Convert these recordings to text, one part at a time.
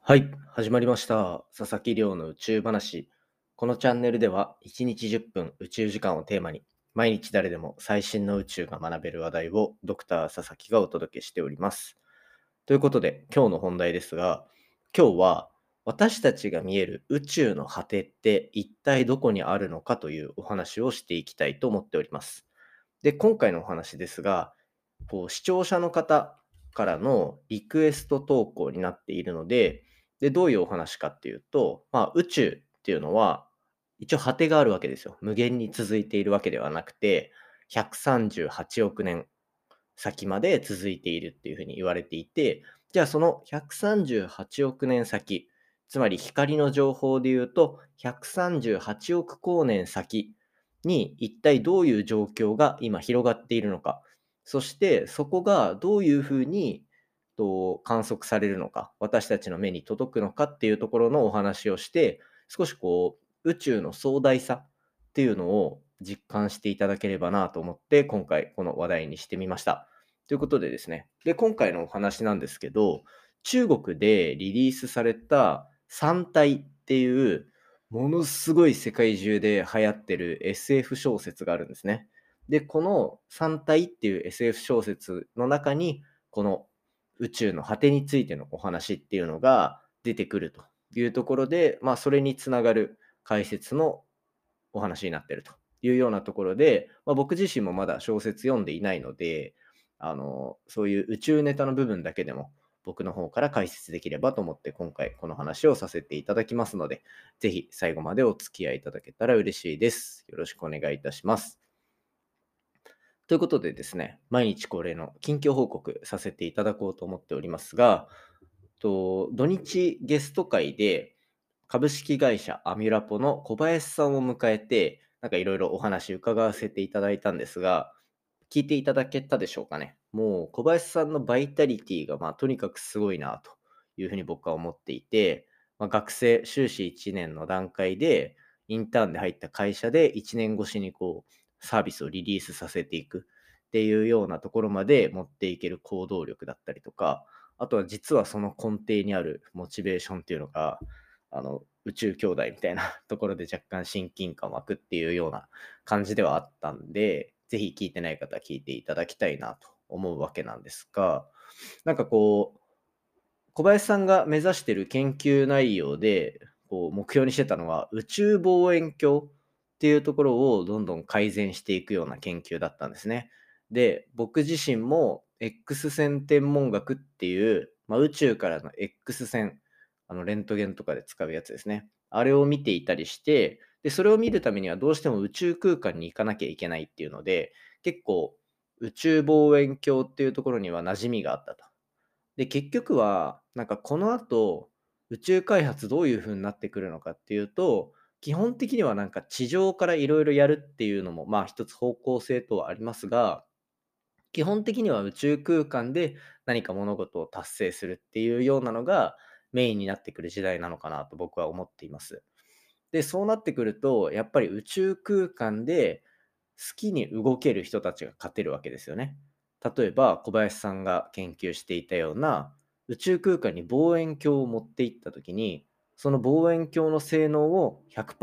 はい、始まりました。佐々木亮の宇宙話。このチャンネルでは1日10分宇宙時間をテーマに毎日誰でも最新の宇宙が学べる話題をドクター佐々木がお届けしております。ということで今日の本題ですが、今日は私たちが見える宇宙の果てって一体どこにあるのかというお話をしていきたいと思っております。で、今回のお話ですが、視聴者の方からのリクエスト投稿になっているので、どういうお話かっていうと、宇宙っていうのは、一応果てがあるわけですよ。無限に続いているわけではなくて、138億年先まで続いているっていうふうに言われていて、じゃあその138億年先、つまり光の情報で言うと、138億光年先に一体どういう状況が今広がっているのか、そしてそこがどういうふうに観測されるのか、私たちの目に届くのかっていうところのお話をして、少し宇宙の壮大さっていうのを実感していただければなと思って、今回この話題にしてみました。ということでですね、今回のお話なんですけど、中国でリリースされた三体っていう、ものすごい世界中で流行ってる SF 小説があるんですね。で、この三体っていう SF 小説の中に、この宇宙の果てについてのお話っていうのが出てくるというところで、それにつながる解説のお話になっているというようなところで、僕自身もまだ小説読んでいないので、そういう宇宙ネタの部分だけでも僕の方から解説できればと思って今回この話をさせていただきますので、ぜひ最後までお付き合いいただけたら嬉しいです。よろしくお願いいたします。ということでですね、毎日恒例の近況報告させていただこうと思っておりますが、土日ゲスト会で株式会社アミュラポの小林さんを迎えて、なんかいろいろお話伺わせていただいたんですが、聞いていただけたでしょうかね。もう小林さんのバイタリティがとにかくすごいなというふうに僕は思っていて、学生修士1年の段階でインターンで入った会社で1年越しにサービスをリリースさせていくっていうようなところまで持っていける行動力だったりとか、あとは実はその根底にあるモチベーションっていうのが、宇宙兄弟みたいなところで若干親近感湧くっていうような感じではあったんで、ぜひ聞いてない方は聞いていただきたいなと思うわけなんですが、なんか小林さんが目指している研究内容で、目標にしてたのは宇宙望遠鏡っていうところをどんどん改善していくような研究だったんですね。で、僕自身も X 線天文学っていう、宇宙からの X 線、レントゲンとかで使うやつですね。あれを見ていたりして、で、それを見るためにはどうしても宇宙空間に行かなきゃいけないっていうので、結構宇宙望遠鏡っていうところには馴染みがあったと。で、結局は、なんかこの後、宇宙開発どういう風になってくるのかっていうと、基本的にはなんか地上からいろいろやるっていうのも、一つ方向性とはありますが、基本的には宇宙空間で何か物事を達成するっていうようなのがメインになってくる時代なのかなと僕は思っています。で、そうなってくると、やっぱり宇宙空間で好きに動ける人たちが勝てるわけですよね。例えば、小林さんが研究していたような、宇宙空間に望遠鏡を持っていったときに、その望遠鏡の性能を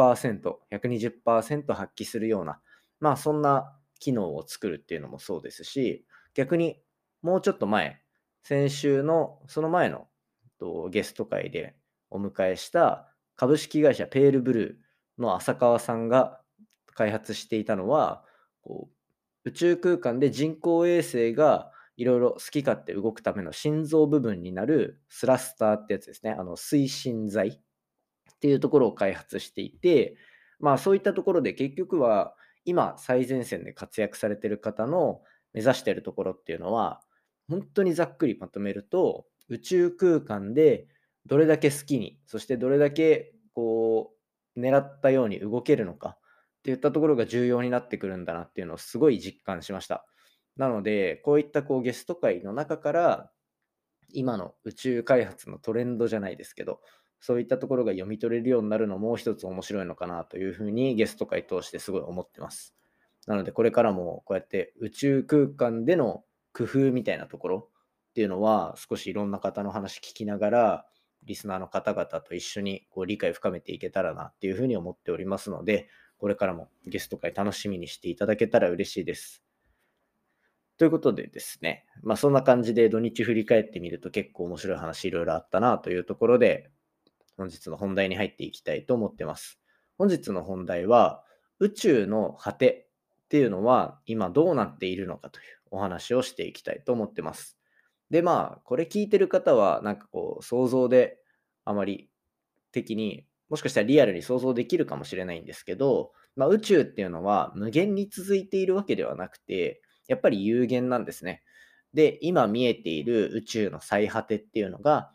100%、120%発揮するような、そんな機能を作るっていうのもそうですし、逆にもうちょっと前、先週のその前のゲスト会でお迎えした株式会社ペールブルーの浅川さんが開発していたのは、宇宙空間で人工衛星がいろいろ好き勝手動くための心臓部分になるスラスターってやつですね。推進剤っていうところを開発していて、そういったところで結局は今最前線で活躍されている方の目指しているところっていうのは、本当にざっくりまとめると、宇宙空間でどれだけ好きに、そしてどれだけ狙ったように動けるのかっていったところが重要になってくるんだなっていうのをすごい実感しました。なので、こういったゲスト会の中から、今の宇宙開発のトレンドじゃないですけど、そういったところが読み取れるようになるのも一つ面白いのかなというふうにゲスト会通してすごい思ってます。なのでこれからもこうやって宇宙空間での工夫みたいなところっていうのは少しいろんな方の話聞きながら、 リスナーの方々と一緒に理解深めていけたらなっていうふうに思っておりますので、これからもゲスト会楽しみにしていただけたら嬉しいです。ということでですね、そんな感じで土日振り返ってみると結構面白い話いろいろあったなというところで、本日の本題に入っていきたいと思ってます。本日の本題は、宇宙の果てっていうのは今どうなっているのかというお話をしていきたいと思ってます。で、これ聞いてる方は、想像であまり的に、もしかしたらリアルに想像できるかもしれないんですけど、宇宙っていうのは無限に続いているわけではなくて、やっぱり有限なんですね。で、今見えている宇宙の最果てっていうのが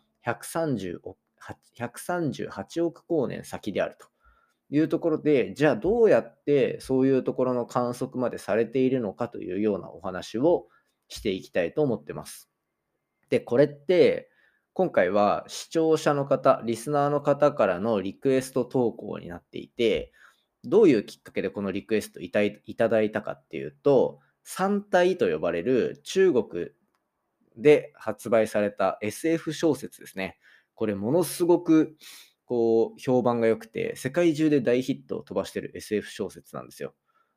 138億光年先であるというところで、じゃあどうやってそういうところの観測までされているのかというようなお話をしていきたいと思ってます。で、これって、今回は視聴者の方、リスナーの方からのリクエスト投稿になっていて、どういうきっかけでこのリクエストいただいたかっていうと、三体と呼ばれる中国で発売された SF 小説ですね。これものすごく評判が良くて、世界中で大ヒットを飛ばしてる SF 小説なんですよ。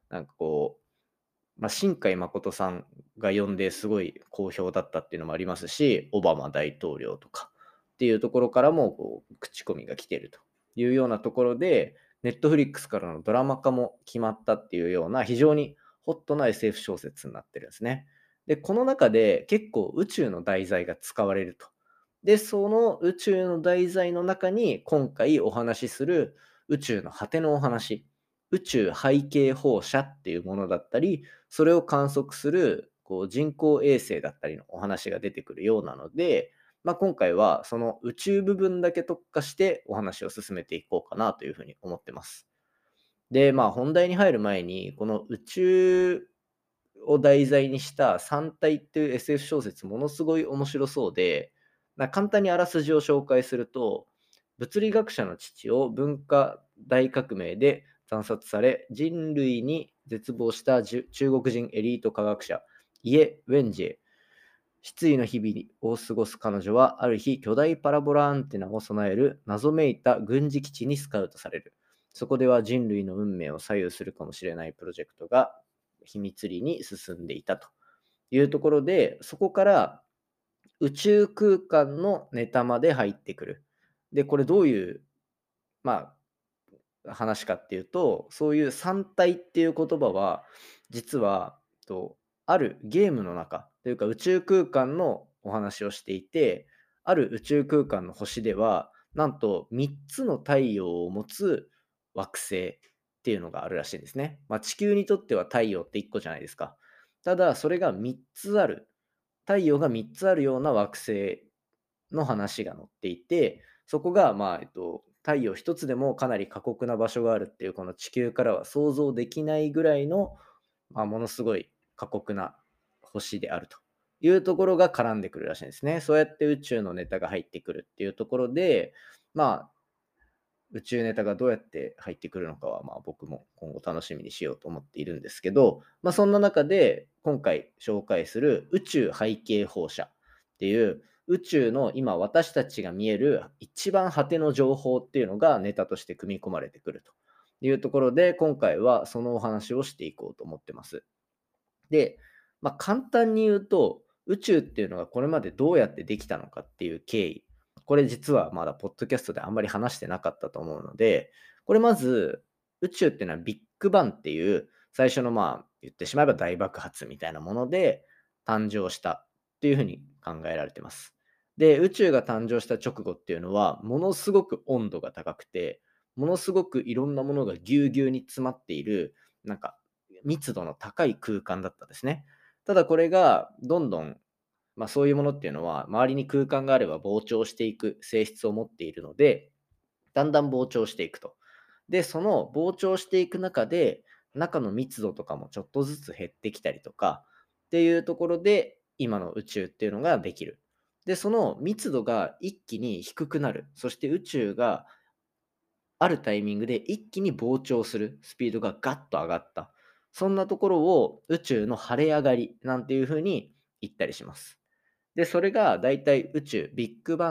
新海誠さんが読んですごい好評だったっていうのもありますし、オバマ大統領とかっていうところからも口コミが来てるというようなところで、ネットフリックスからのドラマ化も決まったっていうような非常にホットな SF 小説になってるんですね。で、この中で結構宇宙の題材が使われると。で、その宇宙の題材の中に今回お話しする宇宙の果てのお話、宇宙背景放射っていうものだったり、それを観測する人工衛星だったりのお話が出てくるようなので、今回はその宇宙部分だけ特化してお話を進めていこうかなというふうに思ってます。で、本題に入る前に、この宇宙を題材にした三体っていう SF 小説ものすごい面白そうで、簡単にあらすじを紹介すると、物理学者の父を文化大革命で惨殺され、人類に絶望した中国人エリート科学者、イエ・ウェンジェ。失意の日々を過ごす彼女は、ある日、巨大パラボラアンテナを備える謎めいた軍事基地にスカウトされる。そこでは人類の運命を左右するかもしれないプロジェクトが秘密裏に進んでいたというところで、そこから宇宙空間のネタまで入ってくる。で、これどういう、ま話かっていうと、そういう三体っていう言葉は、実は、あるゲームの中というか宇宙空間のお話をしていて、ある宇宙空間の星では、なんと3つの太陽を持つ惑星っていうのがあるらしいんですね。地球にとっては太陽って1個じゃないですか。ただ、それが3つある。太陽が3つあるような惑星の話が載っていて、そこが、太陽一つでもかなり過酷な場所があるっていう、この地球からは想像できないぐらいの、ものすごい過酷な星であるというところが絡んでくるらしいんですね。そうやって宇宙のネタが入ってくるっていうところで、宇宙ネタがどうやって入ってくるのかは、僕も今後楽しみにしようと思っているんですけど、そんな中で今回紹介する宇宙背景放射っていう宇宙の今私たちが見える一番果ての情報っていうのがネタとして組み込まれてくるというところで、今回はそのお話をしていこうと思ってます。で、簡単に言うと、宇宙っていうのがこれまでどうやってできたのかっていう経緯、これ実はまだポッドキャストであんまり話してなかったと思うので、これまず、宇宙っていうのはビッグバンっていう、最初の言ってしまえば大爆発みたいなもので誕生したっていうふうに考えられてます。で、宇宙が誕生した直後っていうのは、ものすごく温度が高くて、ものすごくいろんなものがぎゅうぎゅうに詰まっている、なんか密度の高い空間だったんですね。ただこれがどんどん、そういうものっていうのは周りに空間があれば膨張していく性質を持っているので、だんだん膨張していくと。で、その膨張していく中で、中の密度とかもちょっとずつ減ってきたりとかっていうところで、今の宇宙っていうのができる。で、その密度が一気に低くなる。そして宇宙があるタイミングで一気に膨張するスピードがガッと上がった。そんなところを宇宙の晴れ上がりなんていう風に言ったりします。で、それがだいたい宇宙、ビッグバンが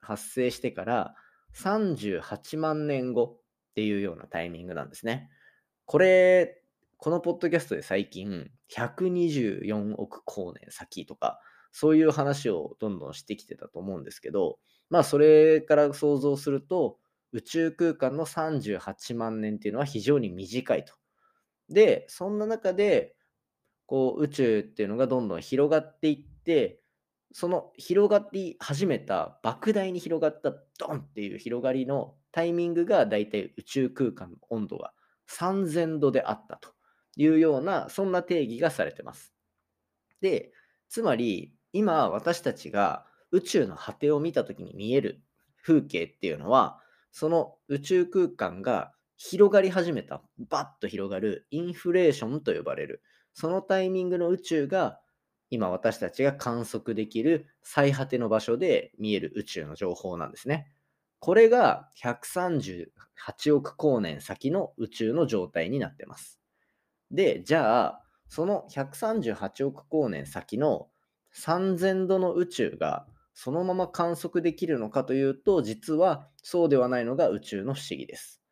発生してから38万年後っていうようなタイミングなんですね。これ、このポッドキャストで最近、124億光年先とか、そういう話をどんどんしてきてたと思うんですけど、それから想像すると、宇宙空間の38万年っていうのは非常に短いと。で、そんな中で、宇宙っていうのがどんどん広がっていって、その広がり始めた、莫大に広がったドンっていう広がりのタイミングがだいたい宇宙空間の温度が3000度であったというような、そんな定義がされてます。で、つまり今私たちが宇宙の果てを見た時に見える風景っていうのは、その宇宙空間が広がり始めた、バッと広がるインフレーションと呼ばれる、そのタイミングの宇宙が今私たちが観測できる最果ての場所で見える宇宙の情報なんですね。これが138億光年先の宇宙の状態になってます。で、じゃあ、その138億光年先の3000度の宇宙がそのまま観測できるのかというと、実はそうではないのが宇宙の不思議です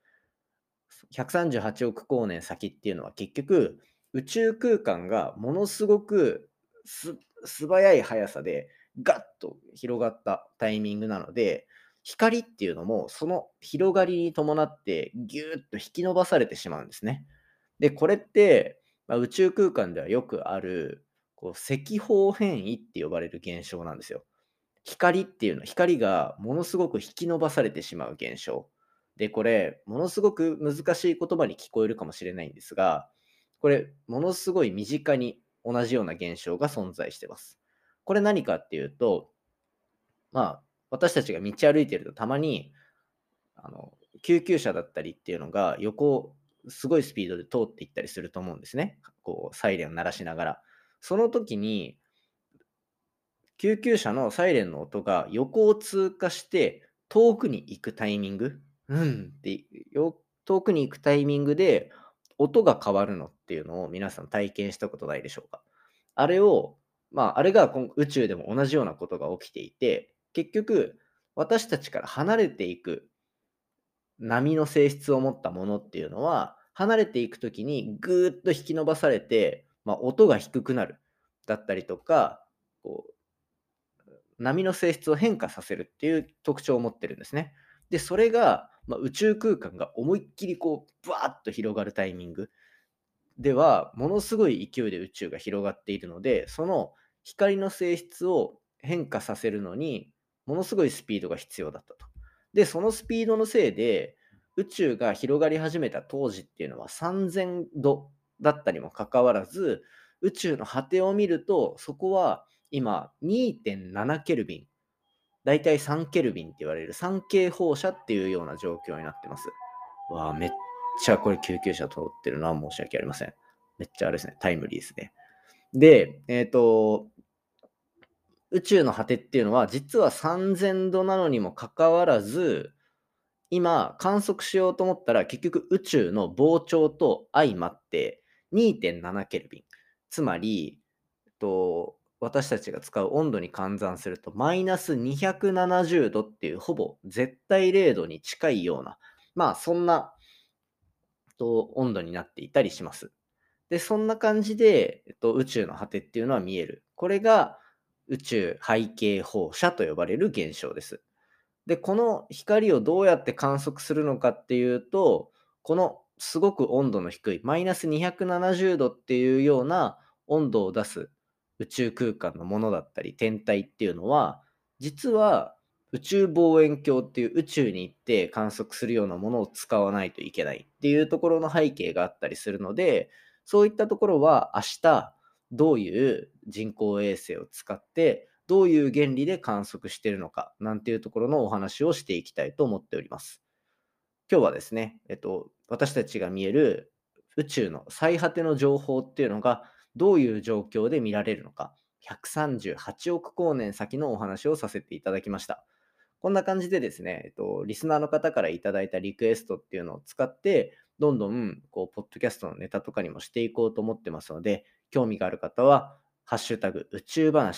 。138億光年先っていうのは結局、宇宙空間がものすごく素早い速さでガッと広がったタイミングなので、光っていうのもその広がりに伴ってギューッと引き伸ばされてしまうんですね。で、これって、宇宙空間ではよくある、赤方変異って呼ばれる現象なんですよ。光っていうのは、光がものすごく引き伸ばされてしまう現象。で、これ、ものすごく難しい言葉に聞こえるかもしれないんですが、これ、ものすごい身近に同じような現象が存在してます。これ何かっていうと、私たちが道歩いているとたまに、あの、救急車だったりっていうのが横をすごいスピードで通っていったりすると思うんですね。サイレンを鳴らしながら。その時に、救急車のサイレンの音が横を通過して遠くに行くタイミング、遠くに行くタイミングで音が変わるのっていうのを皆さん体験したことないでしょうか。あれを、あれが宇宙でも同じようなことが起きていて、結局私たちから離れていく波の性質を持ったものっていうのは、離れていくときにぐーっと引き伸ばされて、音が低くなるだったりとか、こ波の性質を変化させるっていう特徴を持ってるんですね。で、それが、宇宙空間が思いっきりブワーッと広がるタイミングでは、ものすごい勢いで宇宙が広がっているので、その光の性質を変化させるのに、ものすごいスピードが必要だったと。で、そのスピードのせいで、宇宙が広がり始めた当時っていうのは3000度だったにもかかわらず、宇宙の果てを見ると、そこは今2.7ケルビン、だいたい3ケルビンって言われる3K 放射っていうような状況になってます。わあ、めっちゃこれ救急車通ってるな。申し訳ありません。めっちゃあれですね。タイムリーですね。で、宇宙の果てっていうのは実は3000度なのにもかかわらず、今観測しようと思ったら結局宇宙の膨張と相まって2.7ケルビン。つまり、私たちが使う温度に換算するとマイナス270度っていうほぼ絶対0度に近いような、そんな温度になっていたりします。で、そんな感じで、宇宙の果てっていうのは見える。これが宇宙背景放射と呼ばれる現象です。で、この光をどうやって観測するのかっていうと、このすごく温度の低いマイナス270度っていうような温度を出す宇宙空間のものだったり天体っていうのは、実は宇宙望遠鏡っていう宇宙に行って観測するようなものを使わないといけないっていうところの背景があったりするので、そういったところは明日どういう人工衛星を使ってどういう原理で観測しているのかなんていうところのお話をしていきたいと思っております。今日はですね、私たちが見える宇宙の最果ての情報っていうのがどういう状況で見られるのか、138億光年先のお話をさせていただきました。こんな感じでですね、リスナーの方からいただいたリクエストっていうのを使って、どんどん、ポッドキャストのネタとかにもしていこうと思ってますので、興味がある方は、ハッシュタグ宇宙話、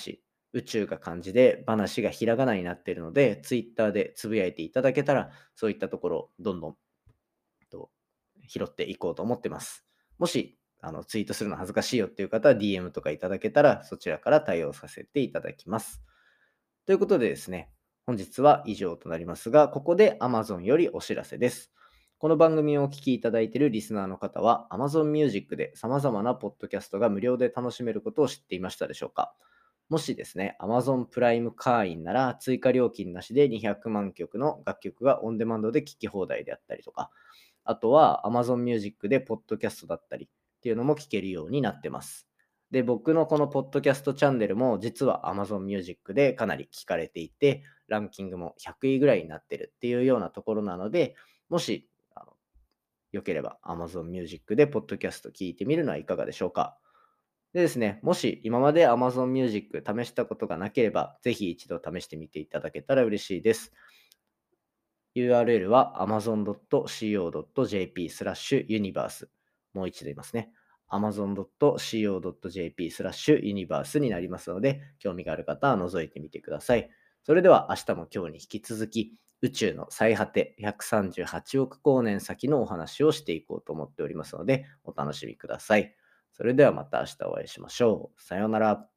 宇宙が漢字で話がひらがなになっているので、ツイッターでつぶやいていただけたら、そういったところをどんどんと拾っていこうと思ってます。もし、ツイートするの恥ずかしいよっていう方は DM とかいただけたら、そちらから対応させていただきます。ということでですね、本日は以上となりますが、ここで Amazon よりお知らせです。この番組をお聞きいただいているリスナーの方は Amazon Music で様々なポッドキャストが無料で楽しめることを知っていましたでしょうか？もしですね、Amazon プライム会員なら追加料金なしで200万曲の楽曲がオンデマンドで聴き放題であったりとか、あとは Amazon Music でポッドキャストだったりっていうのも聞けるようになってます。で、僕のこのポッドキャストチャンネルも実は Amazon Music でかなり聞かれていて、ランキングも100位ぐらいになってるっていうようなところなので、もしよければ Amazon Music でポッドキャスト聞いてみるのはいかがでしょうか。でですね、もし今まで Amazon Music 試したことがなければ、ぜひ一度試してみていただけたら嬉しいです。URL は amazon.co.jp/universe。もう一度言いますね。amazon.co.jp/universe になりますので、興味がある方は覗いてみてください。それでは明日も今日に引き続き、宇宙の最果て138億光年先のお話をしていこうと思っておりますので、お楽しみください。それではまた明日お会いしましょう。さようなら。